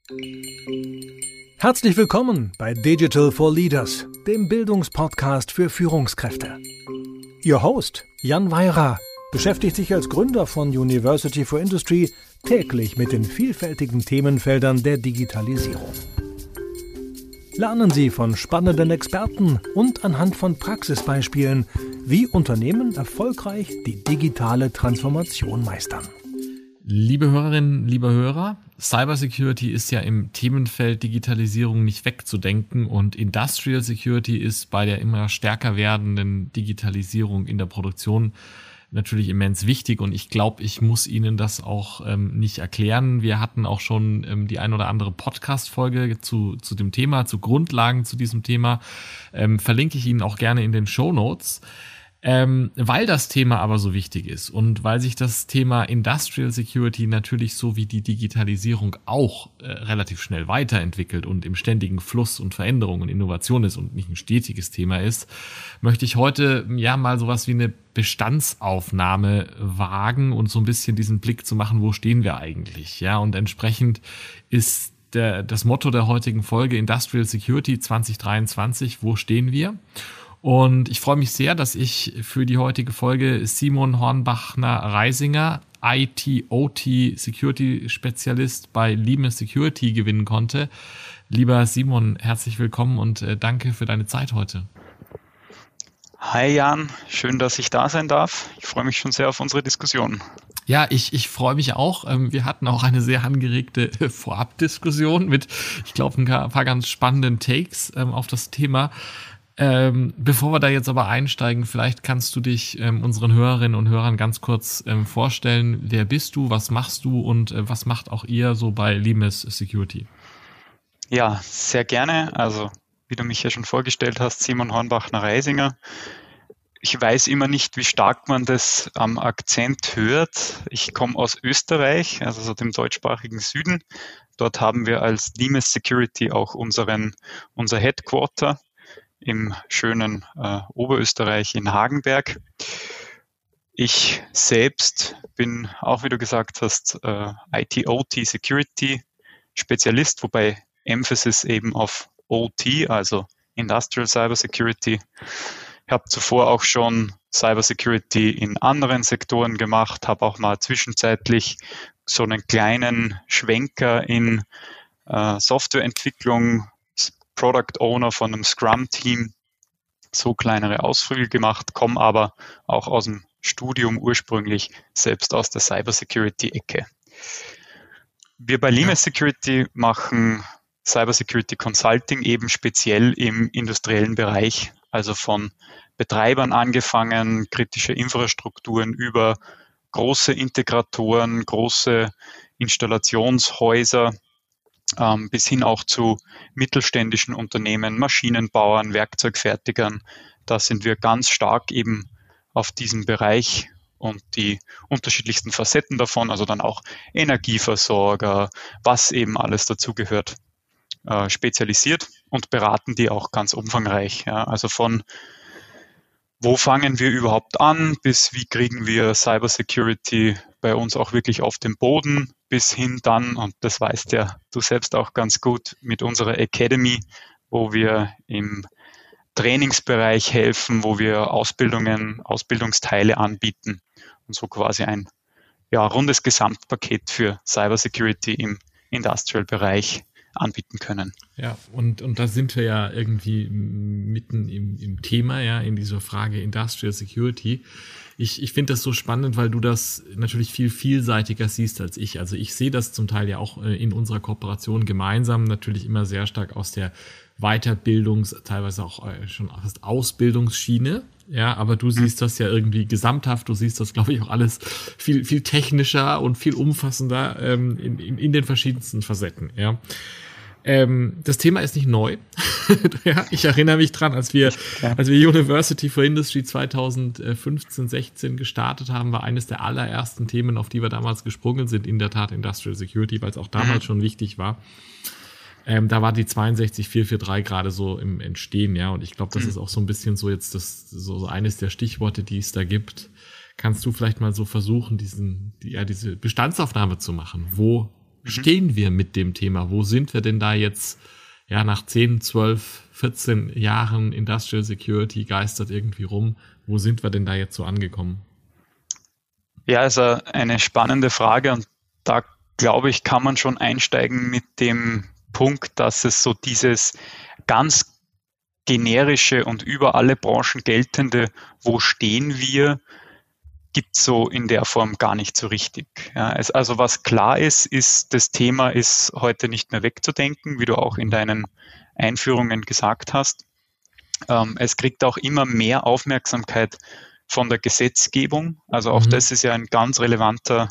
Herzlich willkommen bei Digital for Leaders, dem Bildungspodcast für Führungskräfte. Ihr Host, Jan Weira, beschäftigt sich als Gründer von University for Industry täglich mit den vielfältigen Themenfeldern der Digitalisierung. Lernen Sie von spannenden Experten und anhand von Praxisbeispielen, wie Unternehmen erfolgreich die digitale Transformation meistern. Liebe Hörerinnen, liebe Hörer, Cybersecurity ist ja im Themenfeld Digitalisierung nicht wegzudenken und Industrial Security ist bei der immer stärker werdenden Digitalisierung in der Produktion natürlich immens wichtig und ich glaube, ich muss Ihnen das auch nicht erklären. Wir hatten auch schon die ein oder andere Podcast-Folge zu dem Thema, zu Grundlagen zu diesem Thema. Verlinke ich Ihnen auch gerne in den Shownotes. Weil das Thema aber so wichtig ist und weil sich das Thema Industrial Security natürlich so wie die Digitalisierung auch relativ schnell weiterentwickelt und im ständigen Fluss und Veränderung und Innovation ist und nicht ein stetiges Thema ist, möchte ich heute ja mal sowas wie eine Bestandsaufnahme wagen und so ein bisschen diesen Blick zu machen, wo stehen wir eigentlich, ja, und entsprechend ist das Motto der heutigen Folge Industrial Security 2023, wo stehen wir? Und ich freue mich sehr, dass ich für die heutige Folge Simon Hornbachner-Reisinger, IT-OT Security Spezialist bei Limes Security gewinnen konnte. Lieber Simon, herzlich willkommen und danke für deine Zeit heute. Hi Jan, schön, dass ich da sein darf. Ich freue mich schon sehr auf unsere Diskussion. Ja, ich freue mich auch. Wir hatten auch eine sehr angeregte Vorabdiskussion mit, ich glaube, ein paar ganz spannenden Takes auf das Thema. Bevor wir da jetzt aber einsteigen, vielleicht kannst du dich unseren Hörerinnen und Hörern ganz kurz vorstellen. Wer bist du, was machst du und was macht auch ihr so bei Limes Security? Ja, sehr gerne. Also, wie du mich ja schon vorgestellt hast, Simon Hornbachner-Reisinger. Ich weiß immer nicht, wie stark man das am Akzent hört. Ich komme aus Österreich, also so dem deutschsprachigen Süden. Dort haben wir als Limes Security auch unser Headquarter im schönen Oberösterreich in Hagenberg. Ich selbst bin auch, wie du gesagt hast, IT-OT Security Spezialist, wobei Emphasis eben auf OT, also Industrial Cyber Security. Ich habe zuvor auch schon Cyber Security in anderen Sektoren gemacht, habe auch mal zwischenzeitlich so einen kleinen Schwenker in Softwareentwicklung, Product Owner von einem Scrum-Team, so kleinere Ausflüge gemacht, komme aber auch aus dem Studium ursprünglich selbst aus der Cybersecurity-Ecke. Wir bei Limes Security machen Cybersecurity Consulting eben speziell im industriellen Bereich, also von Betreibern angefangen, kritische Infrastrukturen über große Integratoren, große Installationshäuser, bis hin auch zu mittelständischen Unternehmen, Maschinenbauern, Werkzeugfertigern. Da sind wir ganz stark eben auf diesem Bereich und die unterschiedlichsten Facetten davon, also dann auch Energieversorger, was eben alles dazugehört, spezialisiert und beraten die auch ganz umfangreich. Ja. Also von wo fangen wir überhaupt an, bis wie kriegen wir Cybersecurity bei uns auch wirklich auf den Boden, bis hin dann, und das weißt ja du selbst auch ganz gut, mit unserer Academy, wo wir im Trainingsbereich helfen, wo wir Ausbildungsteile anbieten und so quasi ein rundes Gesamtpaket für Cybersecurity im Industrial-Bereich anbieten können. Ja, und da sind wir ja irgendwie mitten im Thema, ja, in dieser Frage Industrial Security. Ich finde das so spannend, weil du das natürlich viel vielseitiger siehst als ich. Also ich sehe das zum Teil ja auch in unserer Kooperation gemeinsam natürlich immer sehr stark aus der teilweise auch schon fast Ausbildungsschiene. Ja, aber du siehst das ja irgendwie gesamthaft. Du siehst das, glaube ich, auch alles viel, viel technischer und viel umfassender in den verschiedensten Facetten, ja. Das Thema ist nicht neu. Ja, ich erinnere mich dran, als wir University for Industry 2015, 16 gestartet haben, war eines der allerersten Themen, auf die wir damals gesprungen sind, in der Tat Industrial Security, weil es auch damals schon wichtig war. Da war die 62443 gerade so im Entstehen, ja, und ich glaube, das ist auch so ein bisschen so jetzt so eines der Stichworte, die es da gibt. Kannst du vielleicht mal so versuchen, diese Bestandsaufnahme zu machen? Wo stehen wir mit dem Thema? Wo sind wir denn da jetzt, ja, nach 10, 12, 14 Jahren Industrial Security geistert irgendwie rum? Wo sind wir denn da jetzt so angekommen? Ja, also eine spannende Frage, und da glaube ich, kann man schon einsteigen mit dem Punkt, dass es so dieses ganz generische und über alle Branchen geltende, wo stehen wir, gibt es so in der Form gar nicht so richtig. Ja, also was klar ist, das Thema ist heute nicht mehr wegzudenken, wie du auch in deinen Einführungen gesagt hast. Es kriegt auch immer mehr Aufmerksamkeit von der Gesetzgebung. Also auch das ist ja ein ganz relevanter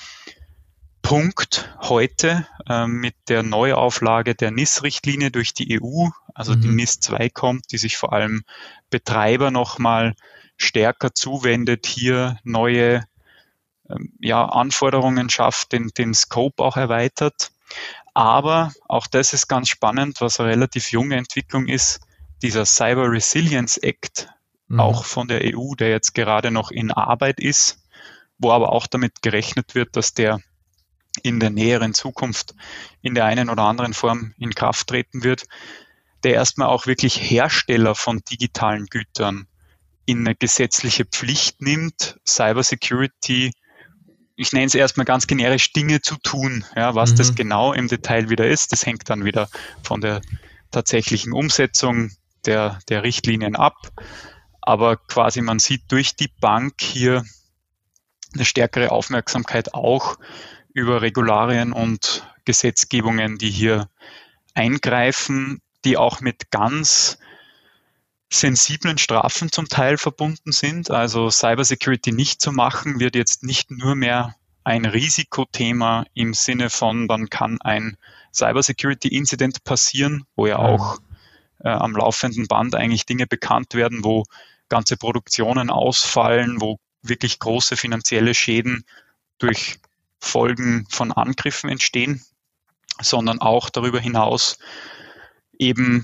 Punkt heute mit der Neuauflage der NIS-Richtlinie durch die EU. Also die NIS 2 kommt, die sich vor allem Betreiber nochmal stärker zuwendet, hier neue Anforderungen schafft, den Scope auch erweitert. Aber auch das ist ganz spannend, was eine relativ junge Entwicklung ist, dieser Cyber Resilience Act, auch von der EU, der jetzt gerade noch in Arbeit ist, wo aber auch damit gerechnet wird, dass der in der näheren Zukunft in der einen oder anderen Form in Kraft treten wird, der erstmal auch wirklich Hersteller von digitalen Gütern in eine gesetzliche Pflicht nimmt, Cybersecurity, ich nenne es erstmal ganz generisch, Dinge zu tun. Ja, was das genau im Detail wieder ist, das hängt dann wieder von der tatsächlichen Umsetzung der Richtlinien ab. Aber quasi man sieht durch die Bank hier eine stärkere Aufmerksamkeit auch über Regularien und Gesetzgebungen, die hier eingreifen, die auch mit ganz sensiblen Strafen zum Teil verbunden sind. Also Cybersecurity nicht zu machen, wird jetzt nicht nur mehr ein Risikothema im Sinne von, dann kann ein Cybersecurity-Incident passieren, wo ja auch am laufenden Band eigentlich Dinge bekannt werden, wo ganze Produktionen ausfallen, wo wirklich große finanzielle Schäden durch Folgen von Angriffen entstehen, sondern auch darüber hinaus eben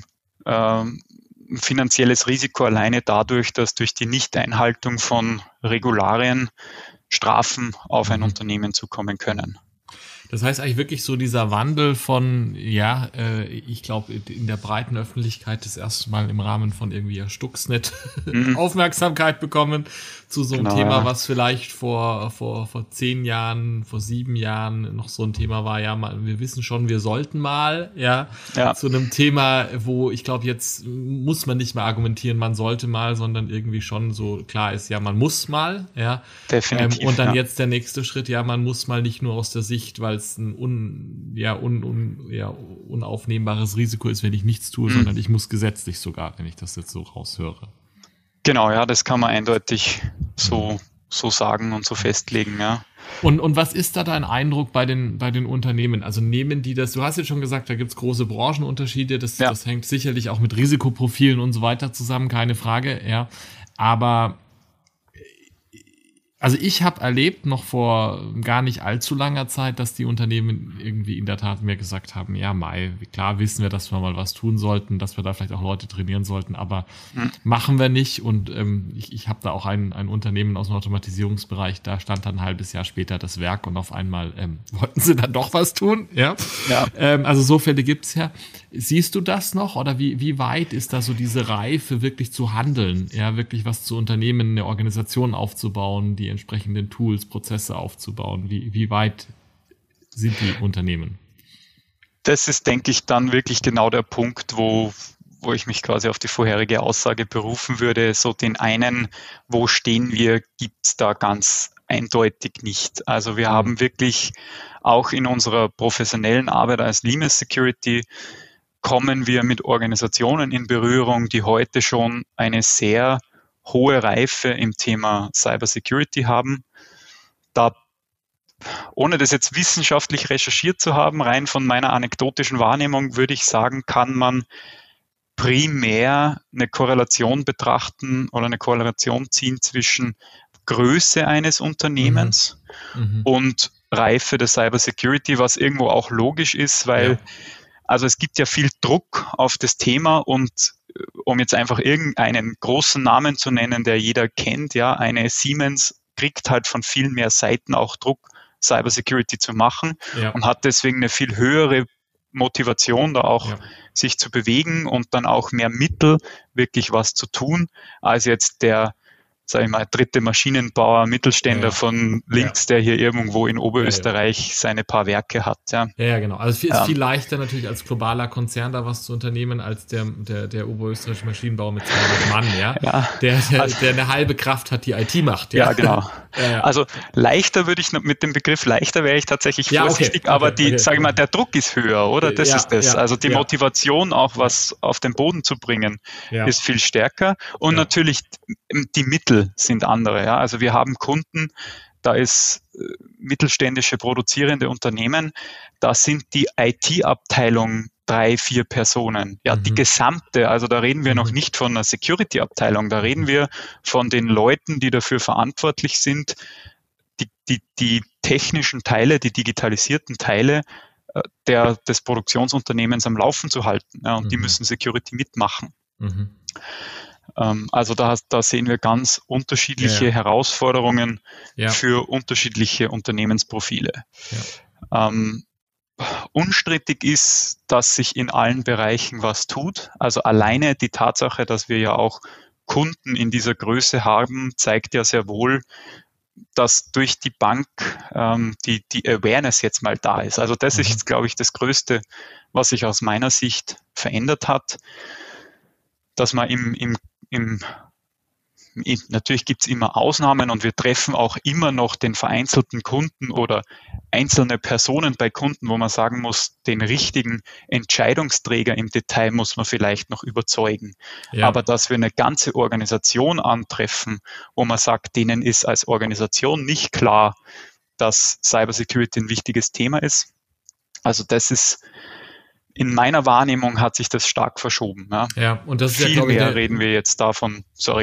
finanzielles Risiko alleine dadurch, dass durch die Nichteinhaltung von Regularien Strafen auf ein Unternehmen zukommen können. Das heißt eigentlich wirklich so dieser Wandel von, ich glaube, in der breiten Öffentlichkeit das erste Mal im Rahmen von irgendwie Stuxnet Aufmerksamkeit bekommen zu so einem Thema, was vielleicht vor 10 Jahren, vor 7 Jahren noch so ein Thema war, wir wissen schon, wir sollten mal, zu einem Thema, wo ich glaube, jetzt muss man nicht mehr argumentieren, man sollte mal, sondern irgendwie schon so klar ist, man muss mal, Definitiv. Und dann jetzt der nächste Schritt, man muss mal nicht nur aus der Sicht, weil es ein unaufnehmbares Risiko ist, wenn ich nichts tue, sondern ich muss gesetzlich sogar, wenn ich das jetzt so raushöre. Genau, das kann man eindeutig so sagen und so festlegen, ja. Und was ist da dein Eindruck bei den Unternehmen? Also nehmen die das, du hast jetzt schon gesagt, da gibt's große Branchenunterschiede, das hängt sicherlich auch mit Risikoprofilen und so weiter zusammen, keine Frage, aber also ich habe erlebt, noch vor gar nicht allzu langer Zeit, dass die Unternehmen irgendwie in der Tat mir gesagt haben, klar wissen wir, dass wir mal was tun sollten, dass wir da vielleicht auch Leute trainieren sollten, aber machen wir nicht. Und ich habe da auch ein Unternehmen aus dem Automatisierungsbereich, da stand dann ein halbes Jahr später das Werk und auf einmal wollten sie dann doch was tun. Also so Fälle gibt's ja. Siehst du das noch oder wie weit ist da so diese Reife, wirklich zu handeln, wirklich was zu unternehmen, eine Organisation aufzubauen, die entsprechenden Tools, Prozesse aufzubauen? Wie weit sind die Unternehmen? Das ist, denke ich, dann wirklich genau der Punkt, wo ich mich quasi auf die vorherige Aussage berufen würde. So den einen, wo stehen wir, gibt's da ganz eindeutig nicht. Also wir haben wirklich auch in unserer professionellen Arbeit als Limes Security kommen wir mit Organisationen in Berührung, die heute schon eine sehr hohe Reife im Thema Cybersecurity haben. Da, ohne das jetzt wissenschaftlich recherchiert zu haben, rein von meiner anekdotischen Wahrnehmung, würde ich sagen, kann man primär eine Korrelation betrachten oder eine Korrelation ziehen zwischen Größe eines Unternehmens und Reife der Cybersecurity, was irgendwo auch logisch ist, weil also es gibt ja viel Druck auf das Thema und um jetzt einfach irgendeinen großen Namen zu nennen, der jeder kennt, eine Siemens kriegt halt von viel mehr Seiten auch Druck Cybersecurity zu machen und hat deswegen eine viel höhere Motivation, da auch sich zu bewegen und dann auch mehr Mittel, wirklich was zu tun, als jetzt der, sag ich mal, dritte Maschinenbauer, Mittelständler von links, der hier irgendwo in Oberösterreich seine paar Werke hat. Ja, genau. Also es ist viel leichter natürlich als globaler Konzern da was zu unternehmen, als der oberösterreichische Maschinenbauer mit 200 Mann, der eine halbe Kraft hat, die IT macht. Ja, genau. Also leichter würde ich, mit dem Begriff leichter wäre ich tatsächlich vorsichtig, aber sage ich mal, der Druck ist höher, oder? Das ist das. Also die Motivation, auch was auf den Boden zu bringen, ist viel stärker. Und natürlich die Mittel sind andere. Ja? Also wir haben Kunden, da ist mittelständische produzierende Unternehmen, da sind die IT-Abteilung 3-4 Personen. Ja, die gesamte, also da reden wir noch nicht von einer Security-Abteilung, da reden wir von den Leuten, die dafür verantwortlich sind, die technischen Teile, die digitalisierten Teile des Produktionsunternehmens am Laufen zu halten. Ja, und die müssen Security mitmachen. Also da sehen wir ganz unterschiedliche Herausforderungen für unterschiedliche Unternehmensprofile. Unstrittig ist, dass sich in allen Bereichen was tut. Also alleine die Tatsache, dass wir ja auch Kunden in dieser Größe haben, zeigt ja sehr wohl, dass durch die Bank die Awareness jetzt mal da ist. Also das ist, glaube ich, das Größte, was sich aus meiner Sicht verändert hat, dass man natürlich gibt es immer Ausnahmen und wir treffen auch immer noch den vereinzelten Kunden oder einzelne Personen bei Kunden, wo man sagen muss, den richtigen Entscheidungsträger im Detail muss man vielleicht noch überzeugen. Aber dass wir eine ganze Organisation antreffen, wo man sagt, denen ist als Organisation nicht klar, dass Cybersecurity ein wichtiges Thema ist. Also das ist, in meiner Wahrnehmung hat sich das stark verschoben. Ja. Und das ist viel mehr reden wir jetzt davon,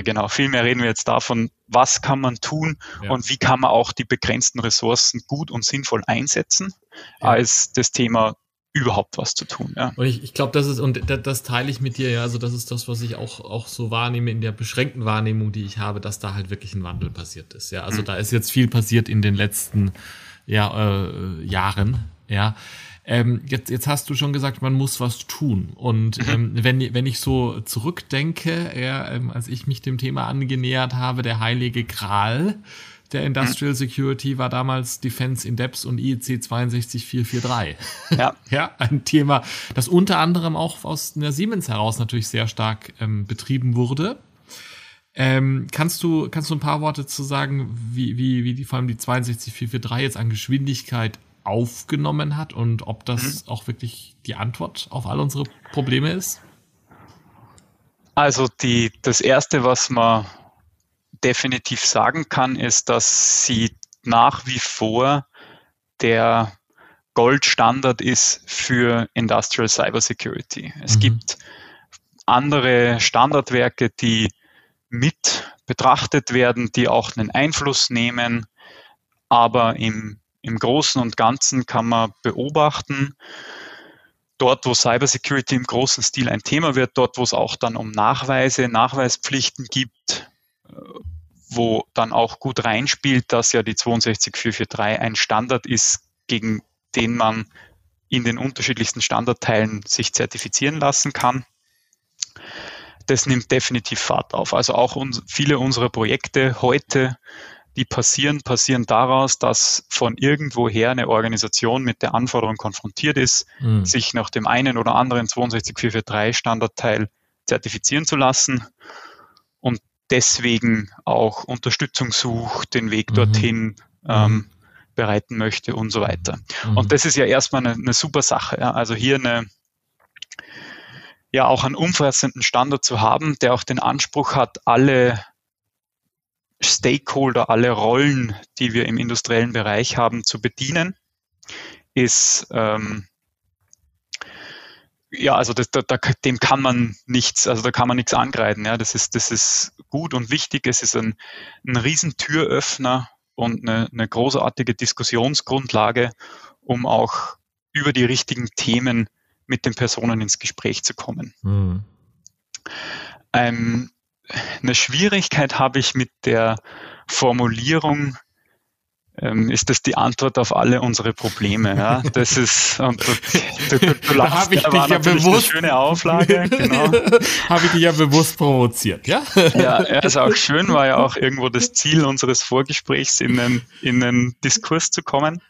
was kann man tun und wie kann man auch die begrenzten Ressourcen gut und sinnvoll einsetzen, als das Thema überhaupt was zu tun. Ja. Und ich glaube, das teile ich mit dir, also das ist das, was ich auch so wahrnehme in der beschränkten Wahrnehmung, die ich habe, dass da halt wirklich ein Wandel passiert ist. Ja. Also da ist jetzt viel passiert in den letzten Jahren, ja. Jetzt hast du schon gesagt, man muss was tun. Und wenn ich so zurückdenke, als ich mich dem Thema angenähert habe, der heilige Gral der Industrial Security war damals Defense in Depth und IEC 62443. Ein Thema, das unter anderem auch aus einer Siemens heraus natürlich sehr stark betrieben wurde. Kannst du ein paar Worte zu sagen, wie die vor allem die 62443 jetzt an Geschwindigkeit aufgenommen hat und ob das auch wirklich die Antwort auf all unsere Probleme ist? Also das Erste, was man definitiv sagen kann, ist, dass sie nach wie vor der Goldstandard ist für Industrial Cybersecurity. Es gibt andere Standardwerke, die mit betrachtet werden, die auch einen Einfluss nehmen, aber im Großen und Ganzen kann man beobachten, dort, wo Cybersecurity im großen Stil ein Thema wird, dort, wo es auch dann um Nachweispflichten gibt, wo dann auch gut reinspielt, dass ja die 62443 ein Standard ist, gegen den man in den unterschiedlichsten Standardteilen sich zertifizieren lassen kann. Das nimmt definitiv Fahrt auf. Also auch viele unserer Projekte heute, die passieren daraus, dass von irgendwoher eine Organisation mit der Anforderung konfrontiert ist, sich nach dem einen oder anderen 62443 Standardteil zertifizieren zu lassen und deswegen auch Unterstützung sucht, den Weg dorthin bereiten möchte und so weiter. Und das ist ja erstmal eine super Sache. Ja. Also hier auch einen umfassenden Standard zu haben, der auch den Anspruch hat, alle Stakeholder, alle Rollen, die wir im industriellen Bereich haben, zu bedienen, ist dem kann man nichts angreifen. Ja, das ist gut und wichtig. Es ist ein riesen Türöffner und eine großartige Diskussionsgrundlage, um auch über die richtigen Themen mit den Personen ins Gespräch zu kommen. Eine Schwierigkeit habe ich mit der Formulierung ist das die Antwort auf alle unsere Probleme. Ja? Das ist, und du lachst, war natürlich eine schöne Auflage. Genau. Habe ich dich ja bewusst provoziert, ja? Ja, ist auch schön, war ja auch irgendwo das Ziel unseres Vorgesprächs, in einen Diskurs zu kommen.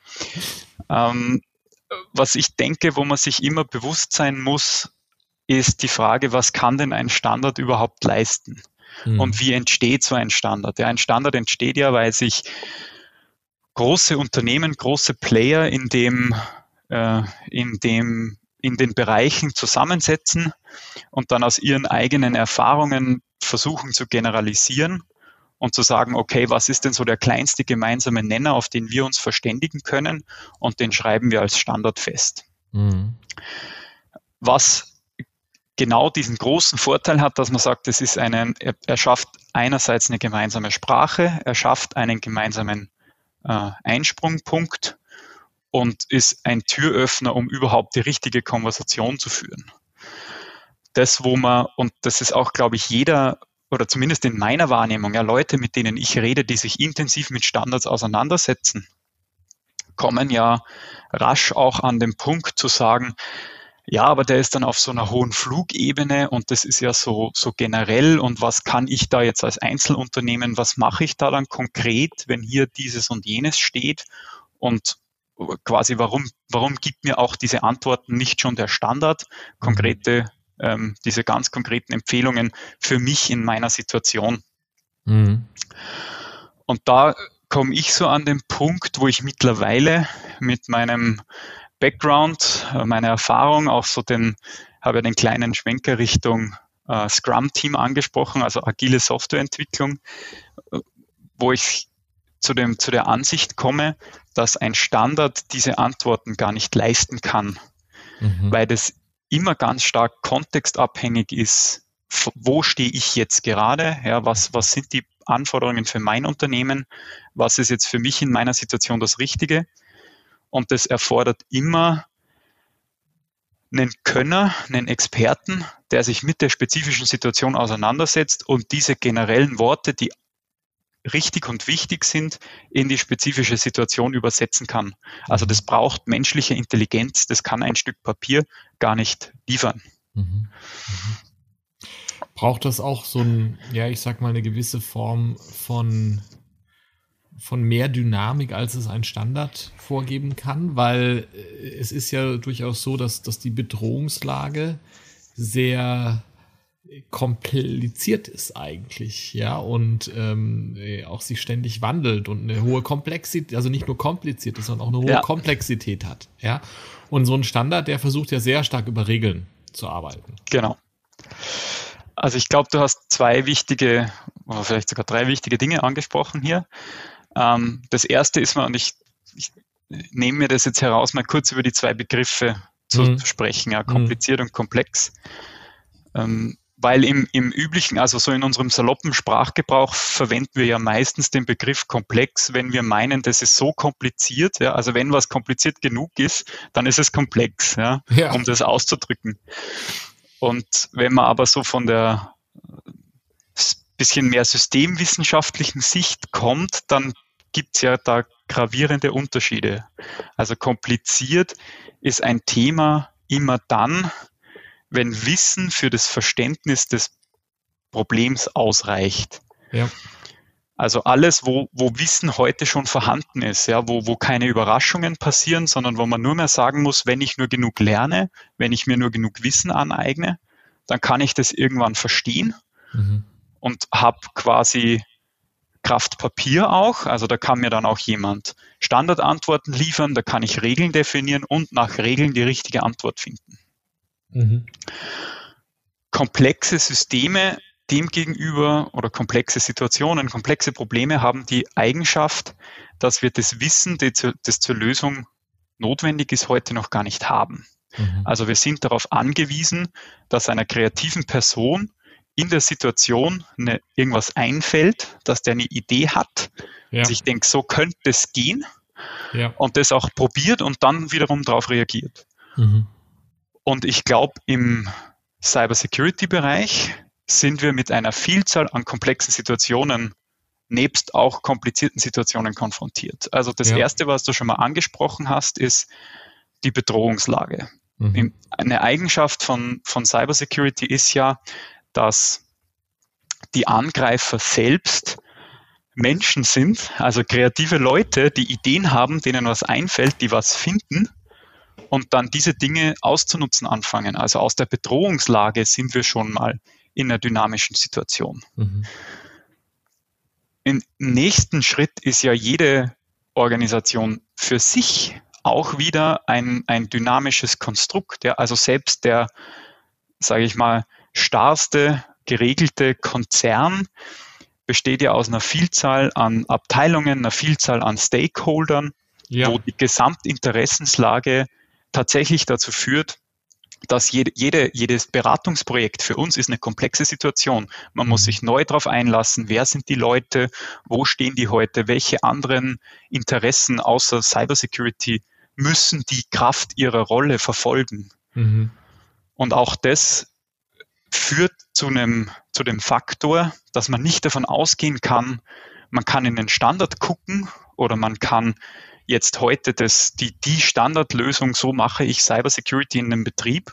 Was ich denke, wo man sich immer bewusst sein muss, ist die Frage, was kann denn ein Standard überhaupt leisten? Und wie entsteht so ein Standard? Ja, ein Standard entsteht ja, weil sich große Unternehmen, große Player in den Bereichen zusammensetzen und dann aus ihren eigenen Erfahrungen versuchen zu generalisieren und zu sagen, okay, was ist denn so der kleinste gemeinsame Nenner, auf den wir uns verständigen können, und den schreiben wir als Standard fest. Was genau diesen großen Vorteil hat, dass man sagt, er schafft einerseits eine gemeinsame Sprache, er schafft einen gemeinsamen Einsprungpunkt und ist ein Türöffner, um überhaupt die richtige Konversation zu führen. Und das ist auch, glaube ich, jeder, oder zumindest in meiner Wahrnehmung, ja, Leute, mit denen ich rede, die sich intensiv mit Standards auseinandersetzen, kommen ja rasch auch an den Punkt zu sagen, ja, aber der ist dann auf so einer hohen Flugebene und das ist ja so generell, und was kann ich da jetzt als Einzelunternehmen, was mache ich da dann konkret, wenn hier dieses und jenes steht, und quasi warum gibt mir auch diese Antworten nicht schon der Standard, diese ganz konkreten Empfehlungen für mich in meiner Situation. Und da komme ich so an den Punkt, wo ich mittlerweile mit meinem Background, meiner Erfahrung, auch habe ja den kleinen Schwenker Richtung Scrum-Team angesprochen, also agile Softwareentwicklung, wo ich zu der Ansicht komme, dass ein Standard diese Antworten gar nicht leisten kann, weil das immer ganz stark kontextabhängig ist. Wo stehe ich jetzt gerade? Ja, was sind die Anforderungen für mein Unternehmen? Was ist jetzt für mich in meiner Situation das Richtige? Und das erfordert immer einen Könner, einen Experten, der sich mit der spezifischen Situation auseinandersetzt und diese generellen Worte, die richtig und wichtig sind, in die spezifische Situation übersetzen kann. Also das braucht menschliche Intelligenz, das kann ein Stück Papier gar nicht liefern. Braucht das auch so eine gewisse Form von mehr Dynamik, als es ein Standard vorgeben kann, weil es ist ja durchaus so, dass die Bedrohungslage sehr kompliziert ist eigentlich, ja, und auch sich ständig wandelt und eine hohe Komplexität, also nicht nur kompliziert ist, sondern auch eine hohe Komplexität hat, ja. Und so ein Standard, der versucht ja sehr stark über Regeln zu arbeiten. Genau. Also ich glaube, du hast 2 wichtige, oder vielleicht sogar 3 wichtige Dinge angesprochen hier. Das erste ist mal, und ich nehme mir das jetzt heraus, mal kurz über die 2 Begriffe zu sprechen, ja, kompliziert und komplex. Weil im üblichen, also so in unserem saloppen Sprachgebrauch verwenden wir ja meistens den Begriff komplex, wenn wir meinen, das ist so kompliziert, ja, also wenn was kompliziert genug ist, dann ist es komplex, ja, um das auszudrücken. Und wenn man aber so von der bisschen mehr systemwissenschaftlichen Sicht kommt, dann gibt es ja da gravierende Unterschiede. Also kompliziert ist ein Thema immer dann, wenn Wissen für das Verständnis des Problems ausreicht. Ja. Also alles, wo Wissen heute schon vorhanden ist, ja, wo keine Überraschungen passieren, sondern wo man nur mehr sagen muss, wenn ich nur genug lerne, wenn ich mir nur genug Wissen aneigne, dann kann ich das irgendwann verstehen und habe quasi Kraft Papier auch. Also da kann mir dann auch jemand Standardantworten liefern, da kann ich Regeln definieren und nach Regeln die richtige Antwort finden. Komplexe Systeme demgegenüber oder komplexe Situationen, komplexe Probleme haben die Eigenschaft, dass wir das Wissen, das zur Lösung notwendig ist, heute noch gar nicht haben. Also wir sind darauf angewiesen, dass einer kreativen Person in der Situation irgendwas einfällt, dass der eine Idee hat, sich denkt, so könnte es gehen und das auch probiert und dann wiederum darauf reagiert. Und ich glaube, im Cybersecurity-Bereich sind wir mit einer Vielzahl an komplexen Situationen nebst auch komplizierten Situationen konfrontiert. Also das Erste, was du schon mal angesprochen hast, ist die Bedrohungslage. Eine Eigenschaft von Cybersecurity ist ja, dass die Angreifer selbst Menschen sind, also kreative Leute, die Ideen haben, denen was einfällt, die was finden und dann diese Dinge auszunutzen anfangen. Also aus der Bedrohungslage sind wir schon mal in einer dynamischen Situation. Im nächsten Schritt ist ja jede Organisation für sich auch wieder ein dynamisches Konstrukt. Ja? Also selbst der, sage ich mal, starrste, geregelte Konzern besteht ja aus einer Vielzahl an Abteilungen, einer Vielzahl an Stakeholdern, wo die Gesamtinteressenslage tatsächlich dazu führt, dass jedes Beratungsprojekt für uns ist eine komplexe Situation. Man muss sich neu darauf einlassen, wer sind die Leute, wo stehen die heute, welche anderen Interessen außer Cybersecurity müssen die Kraft ihrer Rolle verfolgen. Und auch das führt zu dem Faktor, dass man nicht davon ausgehen kann, man kann in den Standard gucken oder man kann jetzt heute die Standardlösung, so mache ich Cybersecurity in einem Betrieb,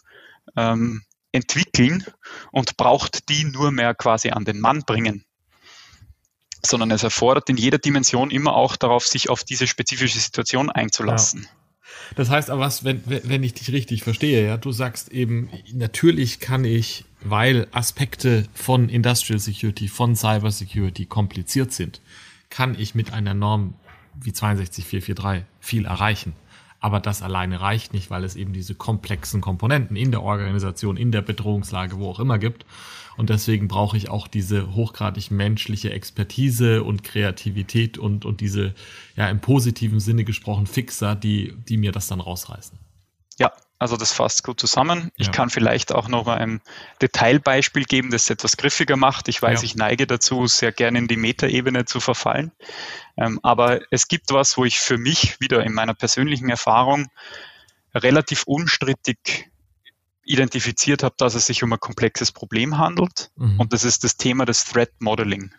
entwickeln und braucht die nur mehr quasi an den Mann bringen. Sondern es erfordert in jeder Dimension immer auch darauf, sich auf diese spezifische Situation einzulassen. Ja. Das heißt aber, wenn ich dich richtig verstehe, ja, du sagst eben, natürlich kann ich, weil Aspekte von Industrial Security, von Cyber Security kompliziert sind, kann ich mit einer Norm wie 62443 viel erreichen. Aber das alleine reicht nicht, weil es eben diese komplexen Komponenten in der Organisation, in der Bedrohungslage, wo auch immer gibt. Und deswegen brauche ich auch diese hochgradig menschliche Expertise und Kreativität und diese, ja, im positiven Sinne gesprochen, Fixer, die mir das dann rausreißen. Ja, also das fasst gut zusammen. Ich kann vielleicht auch noch mal ein Detailbeispiel geben, das es etwas griffiger macht. Ich weiß, ich neige dazu, sehr gerne in die Metaebene zu verfallen. Aber es gibt was, wo ich für mich wieder in meiner persönlichen Erfahrung relativ unstrittig identifiziert habe, dass es sich um ein komplexes Problem handelt. Und das ist das Thema des Threat Modeling.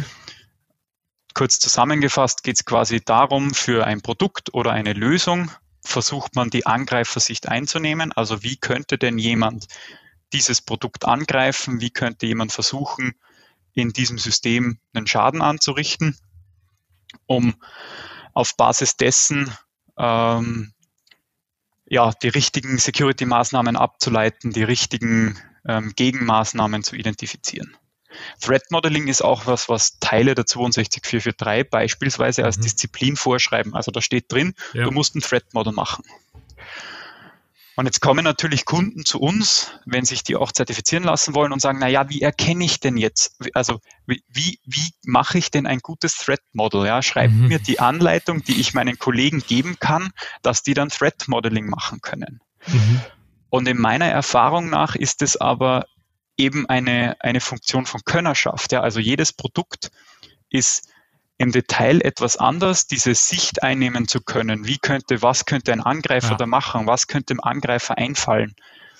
Kurz zusammengefasst geht es quasi darum, für ein Produkt oder eine Lösung versucht man, die Angreifersicht einzunehmen. Also wie könnte denn jemand dieses Produkt angreifen? Wie könnte jemand versuchen, in diesem System einen Schaden anzurichten, um auf Basis dessen die richtigen Security-Maßnahmen abzuleiten, die richtigen Gegenmaßnahmen zu identifizieren. Threat Modeling ist auch was Teile der 62443 beispielsweise als Disziplin vorschreiben. Also da steht drin, du musst ein Threat Model machen. Und jetzt kommen natürlich Kunden zu uns, wenn sich die auch zertifizieren lassen wollen und sagen, naja, wie erkenne ich denn jetzt, also wie mache ich denn ein gutes Threat Model? Ja, schreibt mir die Anleitung, die ich meinen Kollegen geben kann, dass die dann Threat Modeling machen können. Und in meiner Erfahrung nach ist es aber eben eine Funktion von Könnerschaft. Ja, also jedes Produkt ist im Detail etwas anders, diese Sicht einnehmen zu können. Was könnte ein Angreifer da machen? Was könnte dem Angreifer einfallen?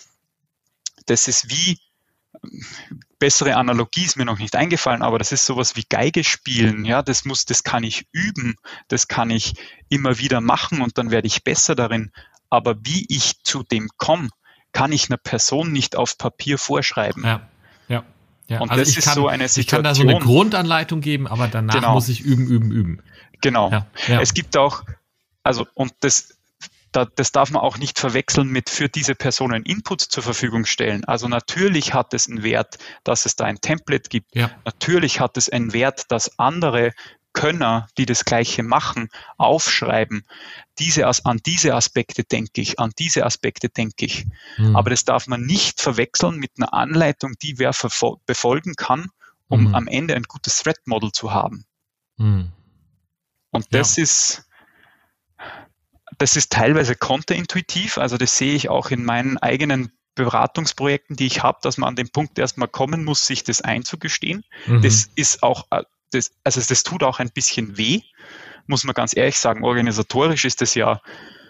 Das ist wie, bessere Analogie ist mir noch nicht eingefallen, aber das ist sowas wie Geige spielen. Ja, das kann ich üben, das kann ich immer wieder machen und dann werde ich besser darin. Aber wie ich zu dem komme, kann ich einer Person nicht auf Papier vorschreiben. Ja, und also das ist so eine Situation. Ich kann da so eine Grundanleitung geben, aber danach muss ich üben. Genau. Ja. Es gibt auch, und das darf man auch nicht verwechseln mit für diese Personen Input zur Verfügung stellen. Also natürlich hat es einen Wert, dass es da ein Template gibt. Ja. Natürlich hat es einen Wert, dass andere Könner, die das Gleiche machen, aufschreiben. An diese Aspekte denke ich. Aber das darf man nicht verwechseln mit einer Anleitung, die wer befolgen kann, um am Ende ein gutes Threat Model zu haben. Und das ist teilweise konterintuitiv. Also das sehe ich auch in meinen eigenen Beratungsprojekten, die ich habe, dass man an den Punkt erstmal kommen muss, sich das einzugestehen. Das ist auch das tut auch ein bisschen weh, muss man ganz ehrlich sagen. Organisatorisch ist das ja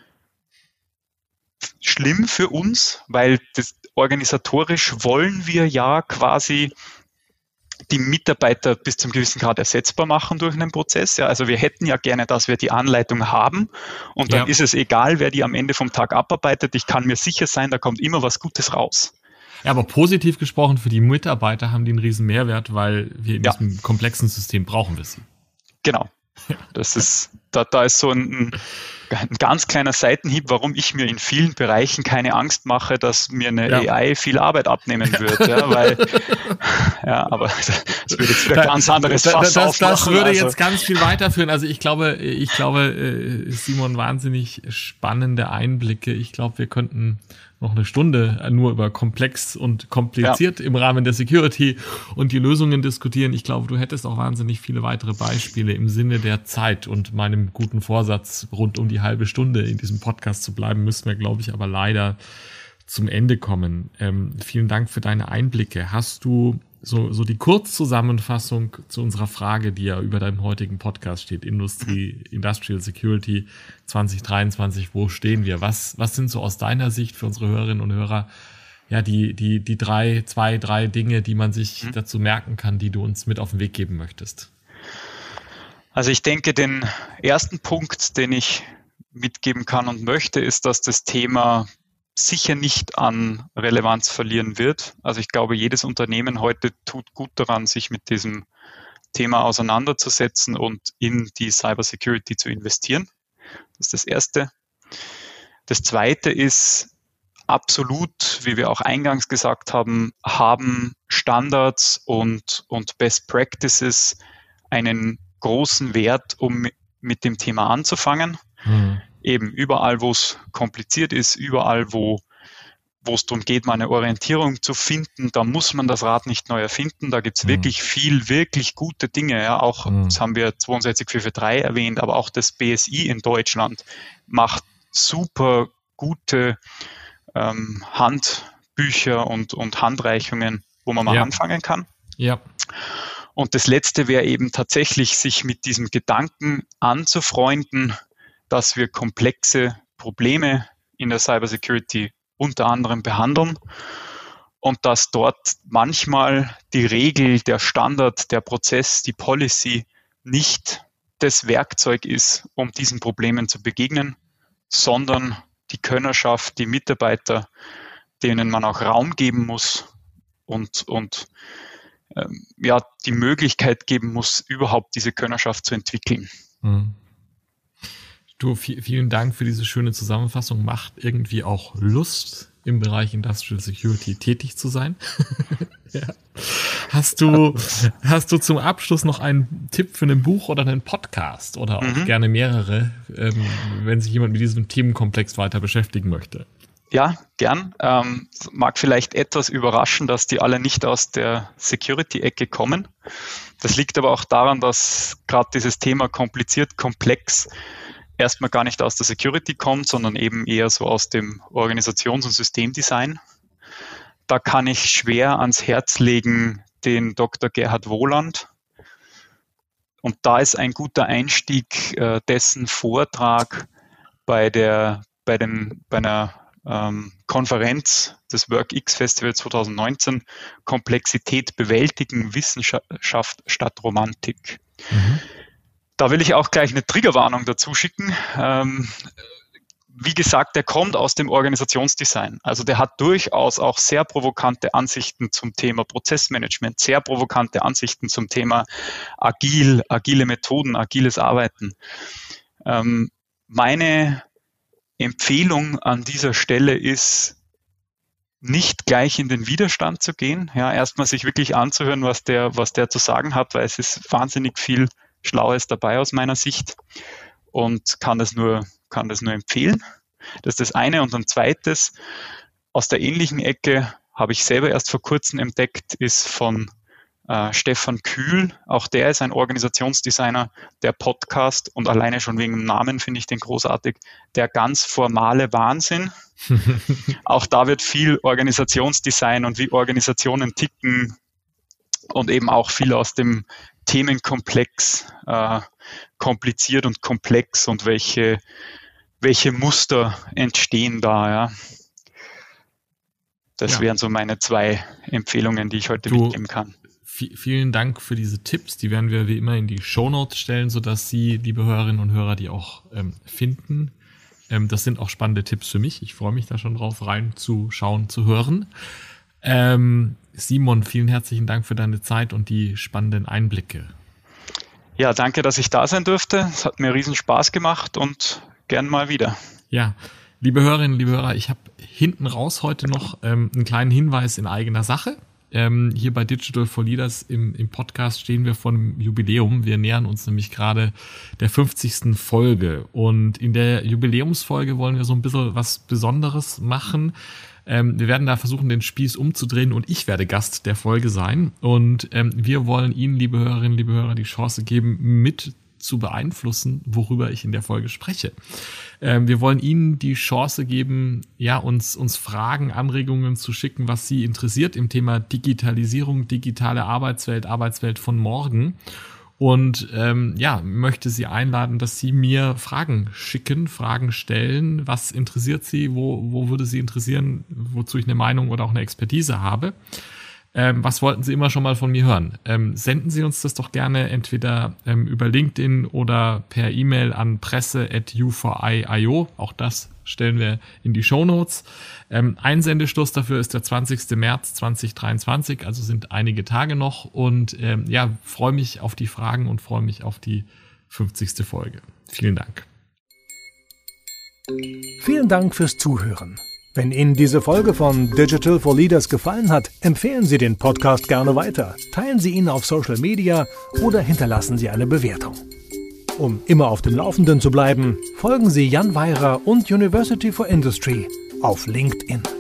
schlimm für uns, weil organisatorisch wollen wir ja quasi die Mitarbeiter bis zum gewissen Grad ersetzbar machen durch einen Prozess. Ja, also wir hätten ja gerne, dass wir die Anleitung haben und dann ist es egal, wer die am Ende vom Tag abarbeitet. Ich kann mir sicher sein, da kommt immer was Gutes raus. Ja, aber positiv gesprochen, für die Mitarbeiter haben die einen riesen Mehrwert, weil wir in diesem komplexen System brauchen wir sie. Genau. Das ist, da ist so ein ganz kleiner Seitenhieb, warum ich mir in vielen Bereichen keine Angst mache, dass mir eine AI viel Arbeit abnehmen wird. Ja, weil, aber das würde jetzt wieder ein ganz anderes Fass aufmachen. Das würde jetzt ganz viel weiterführen. Also ich glaube, Simon, wahnsinnig spannende Einblicke. Ich glaube, wir könnten noch eine Stunde nur über komplex und kompliziert im Rahmen der Security und die Lösungen diskutieren. Ich glaube, du hättest auch wahnsinnig viele weitere Beispiele im Sinne der Zeit und meinem guten Vorsatz, rund um die halbe Stunde in diesem Podcast zu bleiben, müssen wir, glaube ich, aber leider zum Ende kommen. Vielen Dank für deine Einblicke. Hast du so die Kurzzusammenfassung zu unserer Frage, die ja über deinem heutigen Podcast steht, Industrial Security 2023, wo stehen wir? Was sind so aus deiner Sicht für unsere Hörerinnen und Hörer die drei Dinge, die man sich dazu merken kann, die du uns mit auf den Weg geben möchtest? Also ich denke, den ersten Punkt, den ich mitgeben kann und möchte, ist, dass das Thema sicher nicht an Relevanz verlieren wird. Also ich glaube, jedes Unternehmen heute tut gut daran, sich mit diesem Thema auseinanderzusetzen und in die Cybersecurity zu investieren. Das ist das Erste. Das Zweite ist absolut, wie wir auch eingangs gesagt haben Standards und Best Practices einen großen Wert, um mit dem Thema anzufangen. Eben überall, wo es kompliziert ist, überall, wo es darum geht, mal eine Orientierung zu finden, da muss man das Rad nicht neu erfinden. Da gibt es wirklich gute Dinge. Ja, auch das haben wir 62443 erwähnt, aber auch das BSI in Deutschland macht super gute Handbücher und Handreichungen, wo man mal anfangen kann. Ja. Und das Letzte wäre eben tatsächlich, sich mit diesem Gedanken anzufreunden, dass wir komplexe Probleme in der Cybersecurity unter anderem behandeln und dass dort manchmal die Regel, der Standard, der Prozess, die Policy nicht das Werkzeug ist, um diesen Problemen zu begegnen, sondern die Könnerschaft, die Mitarbeiter, denen man auch Raum geben muss und die Möglichkeit geben muss, überhaupt diese Könnerschaft zu entwickeln. Du, vielen Dank für diese schöne Zusammenfassung. Macht irgendwie auch Lust, im Bereich Industrial Security tätig zu sein. Hast du zum Abschluss noch einen Tipp für ein Buch oder einen Podcast oder auch gerne mehrere, wenn sich jemand mit diesem Themenkomplex weiter beschäftigen möchte? Ja, gern. Mag vielleicht etwas überraschen, dass die alle nicht aus der Security-Ecke kommen. Das liegt aber auch daran, dass gerade dieses Thema kompliziert, komplex erstmal gar nicht aus der Security kommt, sondern eben eher so aus dem Organisations- und Systemdesign. Da kann ich schwer ans Herz legen den Dr. Gerhard Wohland. Und da ist ein guter Einstieg dessen Vortrag bei einer Konferenz des WorkX Festival 2019, Komplexität bewältigen, Wissenschaft statt Romantik. Da will ich auch gleich eine Triggerwarnung dazu schicken. Wie gesagt, der kommt aus dem Organisationsdesign. Also der hat durchaus auch sehr provokante Ansichten zum Thema Prozessmanagement, sehr provokante Ansichten zum Thema agile Methoden, agiles Arbeiten. Meine Empfehlung an dieser Stelle ist, nicht gleich in den Widerstand zu gehen, ja, erstmal sich wirklich anzuhören, was der zu sagen hat, weil es ist wahnsinnig viel Schlaues dabei aus meiner Sicht und kann das nur empfehlen. Das ist das eine. Und ein zweites, aus der ähnlichen Ecke habe ich selber erst vor kurzem entdeckt, ist von Stefan Kühl. Auch der ist ein Organisationsdesigner, der Podcast, und alleine schon wegen dem Namen finde ich den großartig, der ganz formale Wahnsinn. Auch da wird viel Organisationsdesign und wie Organisationen ticken und eben auch viel aus dem Themenkomplex, kompliziert und komplex und welche Muster entstehen da, ja. Das wären so meine 2 Empfehlungen, die ich heute mitgeben kann. Vielen Dank für diese Tipps. Die werden wir wie immer in die Shownotes stellen, sodass Sie, liebe Hörerinnen und Hörer, die auch finden. Das sind auch spannende Tipps für mich. Ich freue mich da schon drauf, reinzuschauen, zu hören. Simon, vielen herzlichen Dank für deine Zeit und die spannenden Einblicke. Ja, danke, dass ich da sein durfte. Es hat mir riesen Spaß gemacht und gern mal wieder. Ja, liebe Hörerinnen, liebe Hörer, ich habe hinten raus heute noch einen kleinen Hinweis in eigener Sache. Hier bei Digital for Leaders im Podcast stehen wir vor einem Jubiläum. Wir nähern uns nämlich gerade der 50. Folge. Und in der Jubiläumsfolge wollen wir so ein bisschen was Besonderes machen. Wir werden da versuchen, den Spieß umzudrehen und ich werde Gast der Folge sein. Und wir wollen Ihnen, liebe Hörerinnen, liebe Hörer, die Chance geben, mit zu beeinflussen, worüber ich in der Folge spreche. Wir wollen Ihnen die Chance geben, ja, uns Fragen, Anregungen zu schicken, was Sie interessiert im Thema Digitalisierung, digitale Arbeitswelt von morgen. Und möchte Sie einladen, dass Sie mir Fragen schicken, Fragen stellen. Was interessiert Sie? Wo würde Sie interessieren, wozu ich eine Meinung oder auch eine Expertise habe? Was wollten Sie immer schon mal von mir hören? Senden Sie uns das doch gerne entweder über LinkedIn oder per E-Mail an presse@u4i.io. Auch das stellen wir in die Shownotes. Einsendeschluss dafür ist der 20. März 2023, also sind einige Tage noch. Und freue mich auf die Fragen und freue mich auf die 50. Folge. Vielen Dank. Vielen Dank fürs Zuhören. Wenn Ihnen diese Folge von Digital for Leaders gefallen hat, empfehlen Sie den Podcast gerne weiter, teilen Sie ihn auf Social Media oder hinterlassen Sie eine Bewertung. Um immer auf dem Laufenden zu bleiben, folgen Sie Jan Weyra und University for Industry auf LinkedIn.